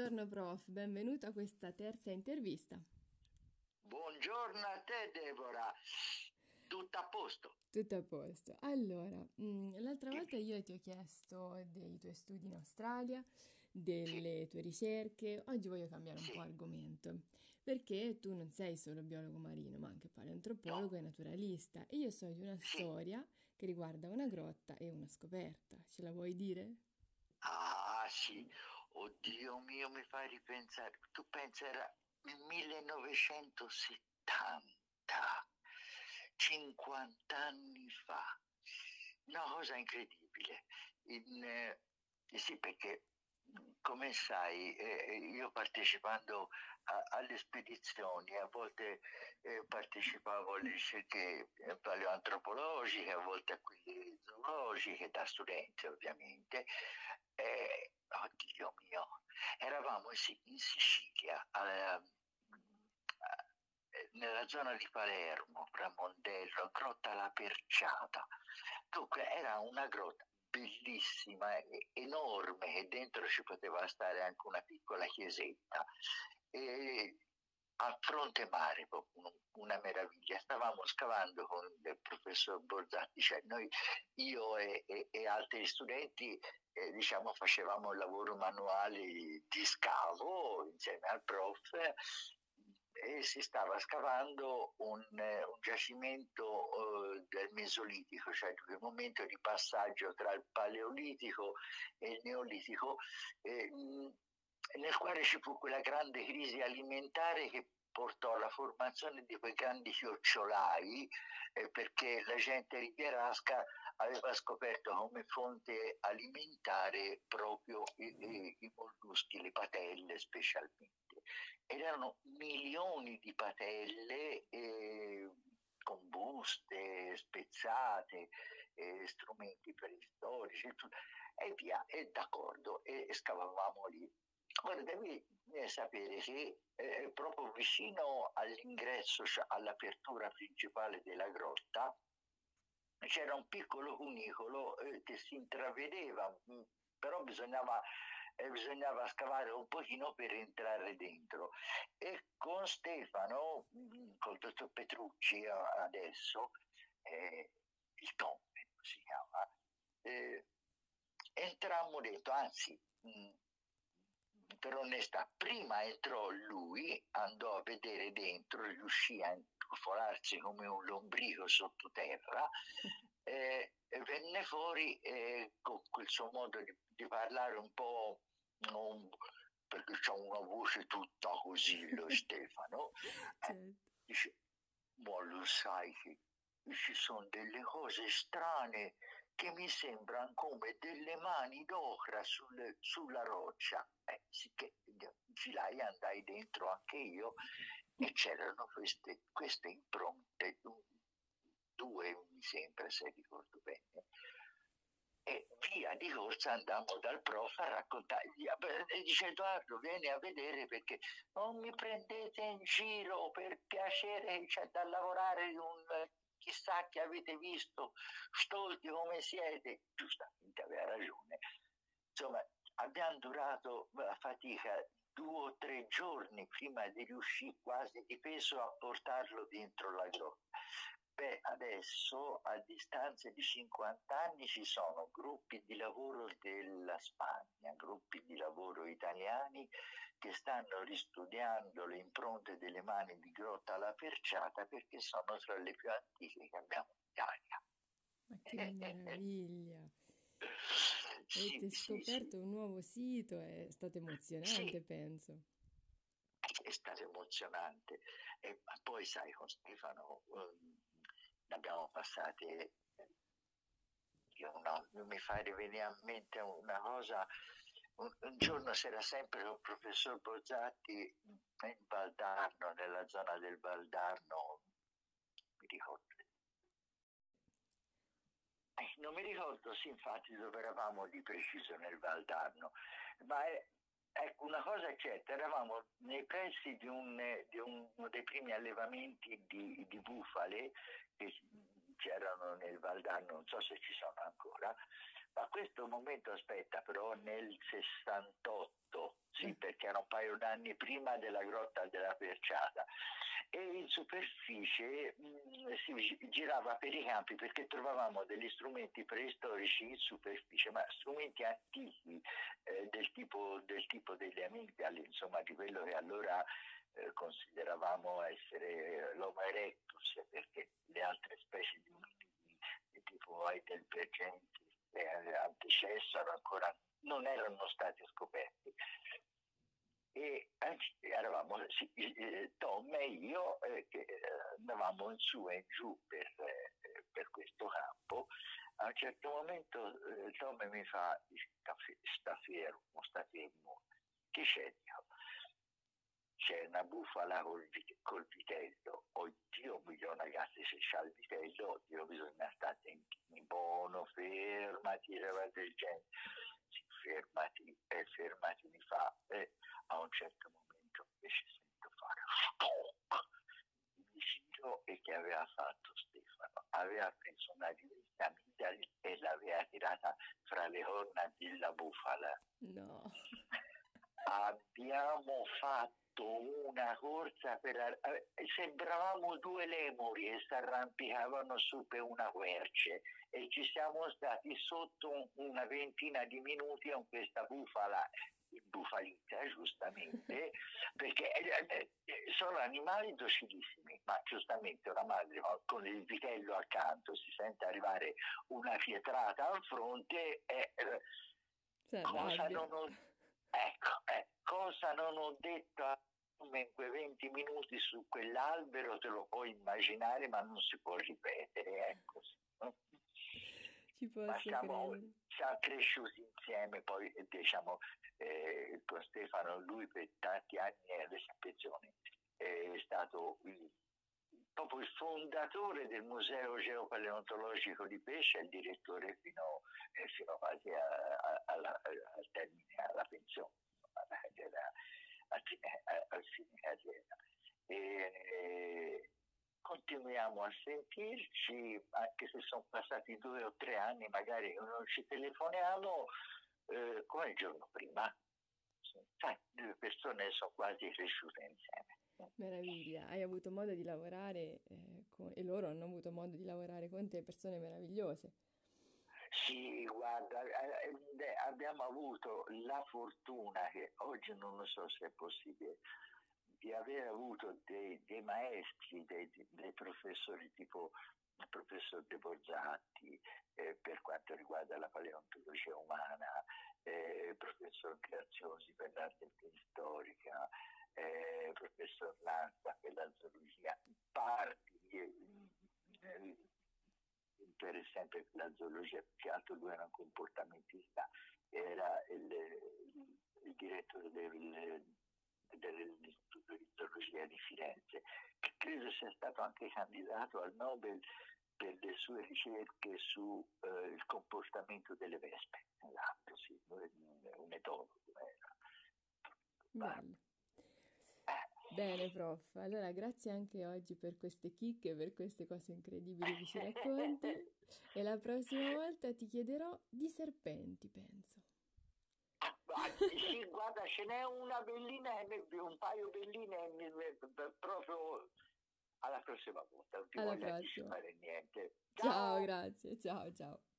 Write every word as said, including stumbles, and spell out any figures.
Buongiorno prof, benvenuto a questa terza intervista. Buongiorno a te, Deborah. Tutto a posto? Tutto a posto. Allora, mm, l'altra volta Dimmi. io ti ho chiesto dei tuoi studi in Australia, Sì, delle tue ricerche. Oggi voglio cambiare un po' sì, argomento, perché tu non sei solo biologo marino, ma anche no, paleontropologo e naturalista. E io so di una sì. storia che riguarda una grotta e una scoperta. Ce la vuoi dire? Ah, sì. Oddio mio, mi fai ripensare. Tu pensa era il millenovecentosettanta, cinquanta anni fa. Una cosa incredibile. In, eh, sì, perché come sai, eh, io partecipando a- alle spedizioni, a volte eh, partecipavo alle ricerche eh, paleoantropologiche, a volte a quelle zoologiche, da studente ovviamente. Eh, oddio mio, eravamo in, Si- in Sicilia, alla- eh, nella zona di Palermo, fra Mondello, Grotta La Perciata. Dunque, era una grotta bellissima, e- enorme, e dentro ci poteva stare anche una piccola chiesetta. E a fronte mare, proprio un- una meraviglia. Stavamo scavando con il professor Borzatti, cioè noi, io e, e- e altri studenti, eh, diciamo, facevamo il lavoro manuale di scavo insieme al prof, e si stava scavando un, eh, un giacimento eh, del Mesolitico, cioè il momento di passaggio tra il Paleolitico e il Neolitico, eh, mh, nel quale ci fu quella grande crisi alimentare che portò alla formazione di quei grandi chiocciolai, eh, perché la gente rivierasca aveva scoperto come fonte alimentare proprio i, i, i molluschi, le patelle specialmente. Ed erano milioni di patelle eh, con buste spezzate, eh, strumenti preistorici, e via, e d'accordo, e scavavamo lì. Ora devi eh, sapere che eh, proprio vicino all'ingresso, cioè all'apertura principale della grotta, c'era un piccolo cunicolo eh, che si intravedeva, mh, però bisognava, eh, bisognava scavare un pochino per entrare dentro. E con Stefano, mh, col dottor Petrucci eh, adesso, eh, il Tom si chiama, eh, entrammo dentro, anzi, mh, per onestà, prima entrò lui, andò a vedere dentro, riuscì a intrufolarsi come un lombrico sottoterra, eh, e venne fuori eh, con quel suo modo di, di parlare un po', non, perché c'ha una voce tutta così, lo Stefano, eh, Certo. dice, ma lo sai che ci sono delle cose strane che mi sembrano come delle mani d'ocra sul- sulla roccia. Eh, sì che infilai, andai dentro anche io, e c'erano queste, queste impronte, due mi sembra, se ricordo bene. E via di corsa andammo dal prof a raccontargli, e dice Edoardo vieni a vedere perché non mi prendete in giro, per piacere, c'è da lavorare in un chissà che avete visto, stolti come siete. Giustamente aveva ragione. Insomma, abbiamo durato la fatica due o tre giorni prima di riuscire quasi di peso a portarlo dentro la grotta. Beh, adesso a distanza di cinquanta anni ci sono gruppi di lavoro della Spagna, gruppi di lavoro italiani che stanno ristudiando le impronte delle mani di Grotta alla Perciata perché sono tra le più antiche che abbiamo Ma che in Italia. meraviglia! Sì, Avete sì, sì, scoperto un nuovo sito, è stato emozionante, sì, penso. è stato emozionante. E poi, sai, con Stefano um, ne abbiamo passate. Io no, mi fa rivenire a mente una cosa. Un, un giorno c'era sempre il professor Bozzatti in Valdarno, nella zona del Valdarno, mi ricordo. Eh, non mi ricordo, sì, infatti, dove eravamo di preciso nel Valdarno, ma è, ecco, una cosa è certa, eravamo nei pressi di, un, di un- uno dei primi allevamenti di, di bufale che c'erano nel Valdarno, non so se ci sono ancora, a questo momento, aspetta, però nel sessantotto, sì, Mm. perché era un paio d'anni prima della Grotta della Perciata, e in superficie mh, si girava per i campi perché trovavamo degli strumenti preistorici in superficie, ma strumenti antichi eh, del tipo, del tipo delle amigdali, insomma di quello che allora eh, consideravamo essere l'Homo erectus, perché le altre specie di ominidi di tipo Heidelbergensis e antecessor ancora non erano stati scoperti. E eravamo sì, Tom e io eh, che andavamo in su e in giù per, eh, per questo campo. A un certo momento eh, Tom mi fa: sta fermo, sta fermo, che c'è? C'è una bufala col, col vitello. Oddio, milione ragazzi, se c'ha il vitello, oddio, bisogna stare buono, fermati, roba del genere. Sì, fermati, eh, fermati, mi fa. Eh, a un certo momento invece sento fare stock. Mi giro e che aveva fatto Stefano? Aveva preso una rivista amigdali e l'aveva tirata fra le corna della bufala. No. Abbiamo fatto una corsa per ar- sembravamo due lemuri e si arrampicavano su per una querce e ci siamo stati sotto una ventina di minuti con questa bufala bufalita, giustamente, perché eh, sono animali docilissimi, ma giustamente una madre con il vitello accanto si sente arrivare una pietrata al fronte e eh, cosa non ho, ecco, eh, cosa non ho detto a in quei venti minuti su quell'albero, te lo puoi immaginare, ma non si può ripetere, ecco. Ci posso ma siamo, credere. siamo cresciuti insieme, poi diciamo eh, con Stefano, lui per tanti anni alle pensione è stato il, proprio il fondatore del Museo Geopaleontologico di Pescia, il direttore fino, eh, fino quasi a, a, alla, al termine, alla pensione, alla, al fine, al fine carriera. E continuiamo a sentirci, anche se sono passati due o tre anni, magari non ci telefoniamo eh, come il giorno prima. Sai, due persone sono quasi cresciute insieme. Meraviglia, hai avuto modo di lavorare eh, con... e loro hanno avuto modo di lavorare con te, persone meravigliose. Sì, guarda, eh, abbiamo avuto la fortuna, che oggi non lo so se è possibile, di aver avuto dei, dei maestri, dei, dei professori tipo il professor De Borzatti eh, per quanto riguarda la paleontologia umana, eh, il professor Graziosi per l'arte preistorica, eh, il professor Lanza per la zoologia, parti eh, per sempre per la zoologia, più che altro lui era un comportamentista, era il, il direttore del dell'Istituto di Zoologia di Firenze, che credo sia stato anche candidato al Nobel per le sue ricerche sul eh, comportamento delle vespe. Esatto, sì, un etologo era. Bello. Bene, prof. Allora, grazie anche oggi per queste chicche, per queste cose incredibili che ci racconti. E la prossima volta ti chiederò di serpenti, penso. Sì, guarda, ce n'è una bellina, un paio belline, proprio alla prossima volta, non ti Alla voglio prossima. anticipare niente. Ciao, grazie, ciao, ciao.